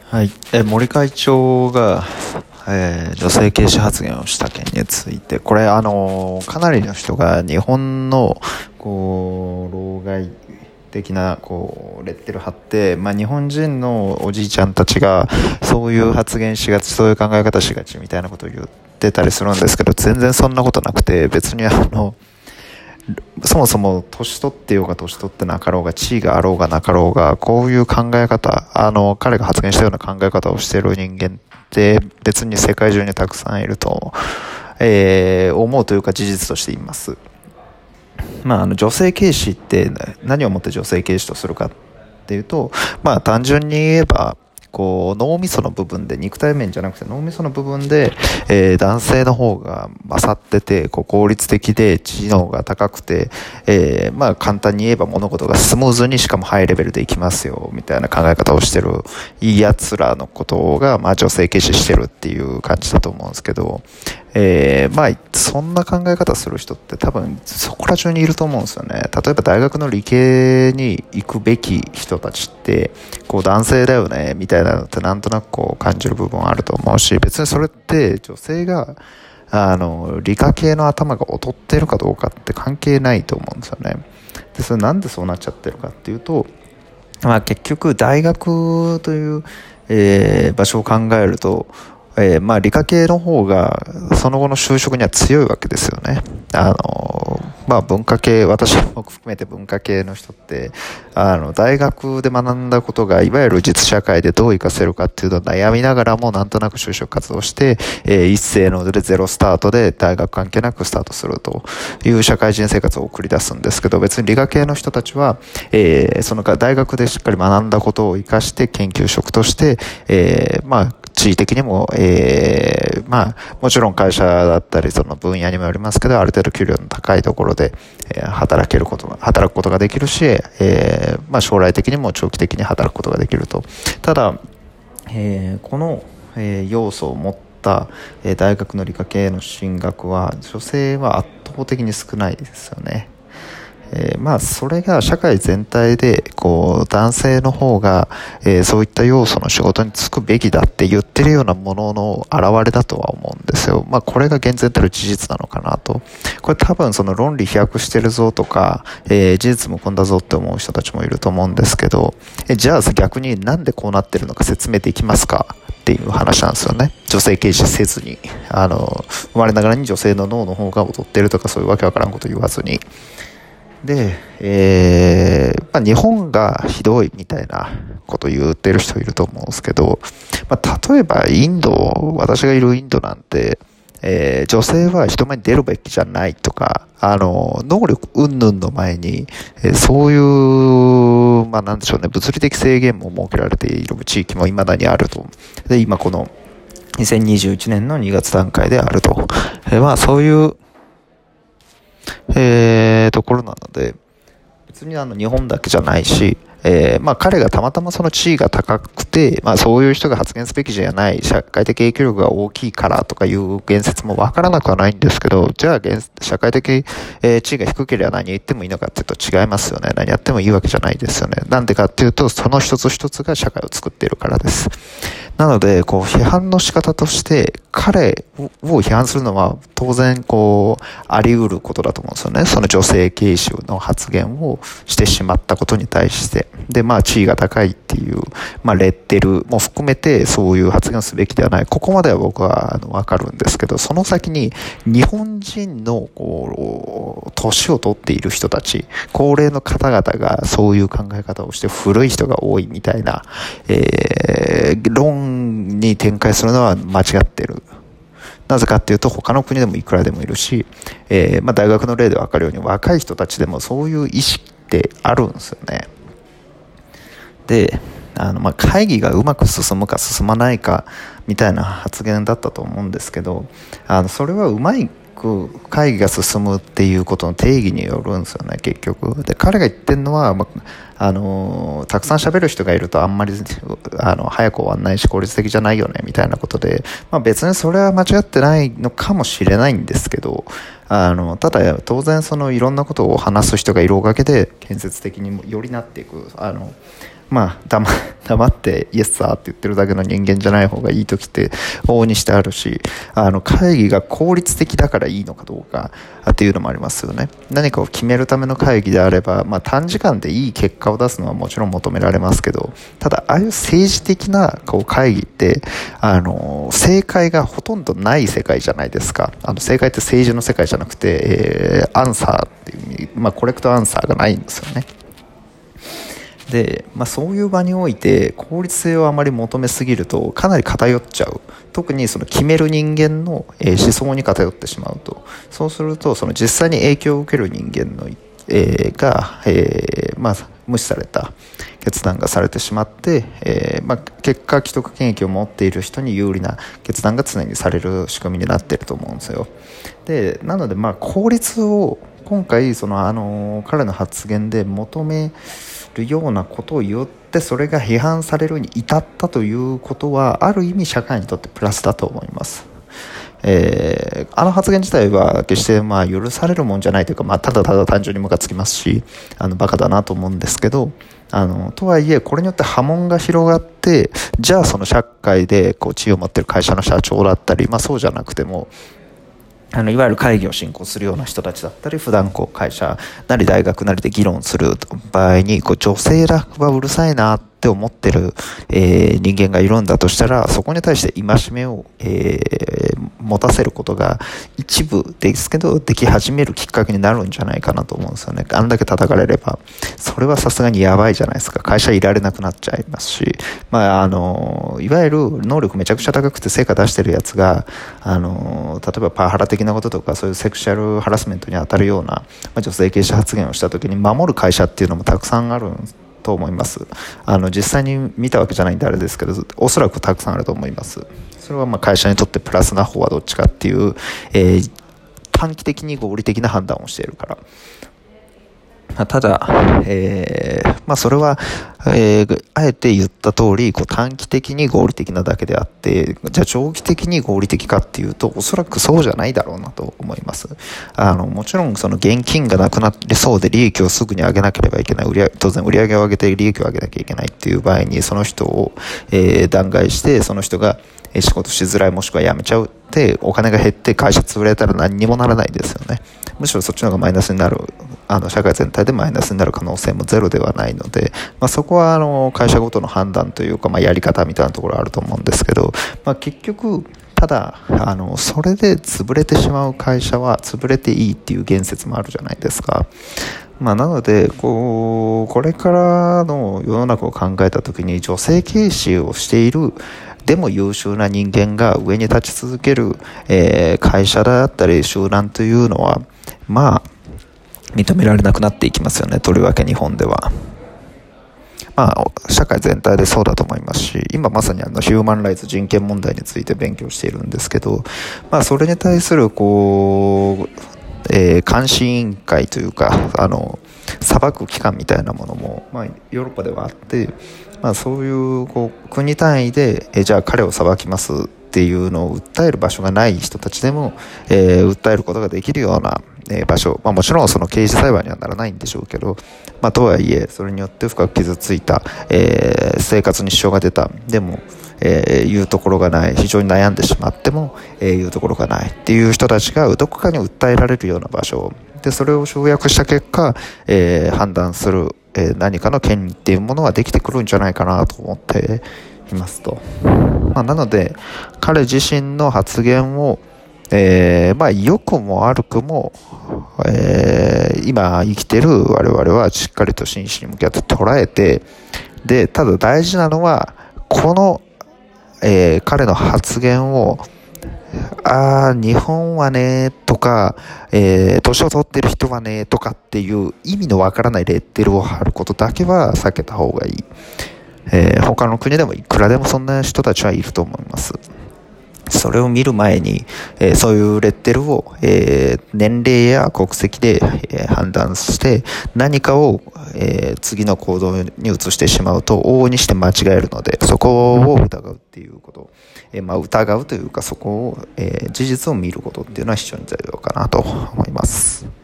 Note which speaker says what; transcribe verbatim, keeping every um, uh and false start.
Speaker 1: はい、え森会長が、えー女性軽視発言をした件について、これあのかなりの人が日本のこう老害的なこうレッテル貼って、まあ、日本人のおじいちゃんたちがそういう発言しがち、そういう考え方しがちみたいなことを言ってたりするんですけど、全然そんなことなくて、別にあのそもそも年取ってようが年取ってなかろうが、地位があろうがなかろうが、こういう考え方、あの彼が発言したような考え方をしている人間って別に世界中にたくさんいると、えー、思うというか事実としています。まあ、あの女性軽視って何をもって女性軽視とするかっていうと、まあ単純に言えばこう脳みその部分で、肉体面じゃなくて脳みその部分で、えー、男性の方が勝ってて、こう効率的で知能が高くて、えー、まあ簡単に言えば物事がスムーズに、しかもハイレベルでいきますよみたいな考え方をしてるいいやつらのことが、まあ女性軽視してるっていう感じだと思うんですけど、えー、まあそんな考え方する人って多分そこら中にいると思うんですよね。例えば大学の理系に行くべき人たちってこう男性だよねみたいなのってなんとなくこう感じる部分あると思うし、別にそれって女性があの理科系の頭が劣ってるかどうかって関係ないと思うんですよね。でそれなんでそうなっちゃってるかっていうと、まあ結局大学という、えー場所を考えると、えーまあ理科系の方がその後の就職には強いわけですよね。あのまあ文化系、私も含めて文化系の人ってあの大学で学んだことがいわゆる実社会でどう活かせるかっていうのを悩みながらも、なんとなく就職活動して、えー一斉のゼロスタートで大学関係なくスタートするという社会人生活を送り出すんですけど、別に理科系の人たちは、えーその大学でしっかり学んだことを活かして研究職として、えーまあ地位的にも、えー、まあ、もちろん会社だったり、その分野にもよりますけど、ある程度給料の高いところで、えー、働けることが、働くことができるし、えー、まあ将来的にも長期的に働くことができると。ただ、えーこの、えー要素を持った、えー大学の理科系の進学は、女性は圧倒的に少ないですよね。えーまあそれが社会全体でこう男性の方が、えーそういった要素の仕事に就くべきだって言ってるようなものの表れだとは思うんですよ。まあこれが厳然たる事実なのかなと。これ多分その論理飛躍してるぞとか、えー事実無根だぞって思う人たちもいると思うんですけど、えじゃあ逆になんでこうなってるのか説明できますかっていう話なんですよね。女性軽視せずに、あの生まれながらに女性の脳の方が劣ってるとか、そういうわけわからんこと言わずに。で、えーまあ、日本がひどいみたいなことを言ってる人いると思うんですけど、まあ、例えばインド、私がいるインドなんて、えー女性は人前に出るべきじゃないとか、あの、能力云々の前に、えーそういう、まあなんでしょうね、物理的制限も設けられている地域も未だにあると。で、今このにせんにじゅういちねんのにがつ段階であると。えーまあそういうえー、ところなので、別にあの日本だけじゃないし、えー、まあ彼がたまたまその地位が高くて、まあそういう人が発言すべきじゃない、社会的影響力が大きいからとかいう言説もわからなくはないんですけど、じゃあ社会的、えー地位が低ければ何言ってもいいのかっていうと違いますよね。何やってもいいわけじゃないですよね。なんでかっていうと、その一つ一つが社会を作っているからです。なので、こう批判の仕方として、彼を批判するのは当然こうあり得ることだと思うんですよね。その女性軽視の発言をしてしまったことに対して。で、まあ地位が高いっていう、まあレッテルも含めてそういう発言をすべきではない。ここまでは僕はあのわかるんですけど、その先に日本人のこう、年を取っている人たち、高齢の方々がそういう考え方をして古い人が多いみたいな、えー、論に展開するのは間違ってる。なぜかっていうと、他の国でもいくらでもいるし、えー、まあ大学の例で分かるように若い人たちでもそういう意識ってあるんですよね。で、あのまあ会議がうまく進むか進まないかみたいな発言だったと思うんですけど、あのそれはうまい会議が進むっていうことの定義によるんですよね、結局。で、彼が言ってるのは、まあ、あのー、たくさん喋る人がいるとあんまりあの早く終わんないし効率的じゃないよねみたいなことで、まあ、別にそれは間違ってないのかもしれないんですけど、あのただ当然そのいろんなことを話す人がいるおかげで建設的によりなっていく。あのまあ黙黙ってイエスサーって言ってるだけの人間じゃない方がいい時って往々にしてあるし、あの会議が効率的だからいいのかどうかっていうのもありますよね。何かを決めるための会議であれば、まあ、短時間でいい結果を出すのはもちろん求められますけど、ただああいう政治的なこう会議ってあの正解がほとんどない世界じゃないですか。あの正解って政治の世界じゃなくて、えー、アンサーっていう意味、まあ、コレクトアンサーがないんですよね。で、まあ、そういう場において効率性をあまり求めすぎるとかなり偏っちゃう。特にその決める人間の、えー、思想に偏ってしまうと、そうするとその実際に影響を受ける人間の、えー、が、えーまあ、無視された決断がされてしまって、えーまあ、結果既得権益を持っている人に有利な決断が常にされる仕組みになっていると思うんですよ。でなのでまあ効率を今回その、あのー、彼の発言で求めるようなことを言ってそれが批判されるに至ったということはある意味社会にとってプラスだと思います。えー、あの発言自体は決してまあ許されるもんじゃないというか、まあ、ただただ単純にムカつきますし、あのバカだなと思うんですけど、あのとはいえこれによって波紋が広がって、じゃあその社会でこう地位を持っている会社の社長だったり、まあ、そうじゃなくてもあのいわゆる会議を進行するような人たちだったり、普段こう会社なり大学なりで議論する場合にこう女性らはうるさいなって思ってる、えー、人間がいるんだとしたら、そこに対して戒めを、えー、持たせることが一部ですけどでき始めるきっかけになるんじゃないかなと思うんですよね。あんだけ叩かれればそれはさすがにやばいじゃないですか。会社いられなくなっちゃいますし、まああのいわゆる能力めちゃくちゃ高くて成果出してるやつが、あの例えばパワハラ的なこととかそういうセクシャルハラスメントに当たるような、まあ、女性軽視発言をした時に守る会社っていうのもたくさんあると思います。あの実際に見たわけじゃないんであれですけど、おそらくたくさんあると思います。それはまあ会社にとってプラスな方はどっちかっていう、えー、短期的に合理的な判断をしているから。ただ、えーまあ、それは、えー、あえて言った通りこう短期的に合理的なだけであって、じゃあ長期的に合理的かっていうとおそらくそうじゃないだろうなと思います。あのもちろんその現金がなくなりそうで利益をすぐに上げなければいけない、売り当然売り上げを上げて利益を上げなきゃいけないっていう場合にその人を、えー、弾劾してその人が仕事しづらいもしくは辞めちゃうってお金が減って会社潰れたら何にもならないですよね。むしろそっちの方がマイナスになる、あの社会全体でマイナスになる可能性もゼロではないので、まあ、そこはあの会社ごとの判断というか、まあ、やり方みたいなところあると思うんですけど、まあ、結局ただあのそれで潰れてしまう会社は潰れていいっていう言説もあるじゃないですか。まあ、なのでこうこれからの世の中を考えた時に女性軽視をしているでも優秀な人間が上に立ち続ける、えー、会社だったり集団というのはまあ認められなくなっていきますよね。とりわけ日本ではまあ社会全体でそうだと思いますし、今まさにあのヒューマンライツ人権問題について勉強しているんですけど、まあそれに対するこう、えー、監視委員会というかあの裁く機関みたいなものも、まあ、ヨーロッパではあって、まあ、そういうこう国単位でえじゃあ彼を裁きますっていうのを訴える場所がない人たちでも、えー、訴えることができるような、えー、場所、まあ、もちろんその刑事裁判にはならないんでしょうけど、まあ、とはいえそれによって深く傷ついた、えー、生活に支障が出た、でも、えー、言うところがない、非常に悩んでしまっても、えー、言うところがないっていう人たちがどこかに訴えられるような場所で、それを集約した結果、えー、判断する、えー、何かの権利っていうものはできてくるんじゃないかなと思っていますと。まあ、なので彼自身の発言を、えー、まあ良くも悪くも、えー、今生きてる我々はしっかりと真摯に向き合って捉えて、でただ大事なのはこの、えー、彼の発言をあー日本はねとか、えー、年を取ってる人はねとかっていう意味のわからないレッテルを貼ることだけは避けた方がいい。えー、他の国でもいくらでもそんな人たちはいると思います。それを見る前に、えー、そういうレッテルを、えー、年齢や国籍で、えー、判断して何かを、えー、次の行動に移してしまうと往々にして間違えるので、そこを疑うっていうこと、えーまあ、疑うというかそこを、えー、事実を見ることっていうのは非常に重要かなと思います。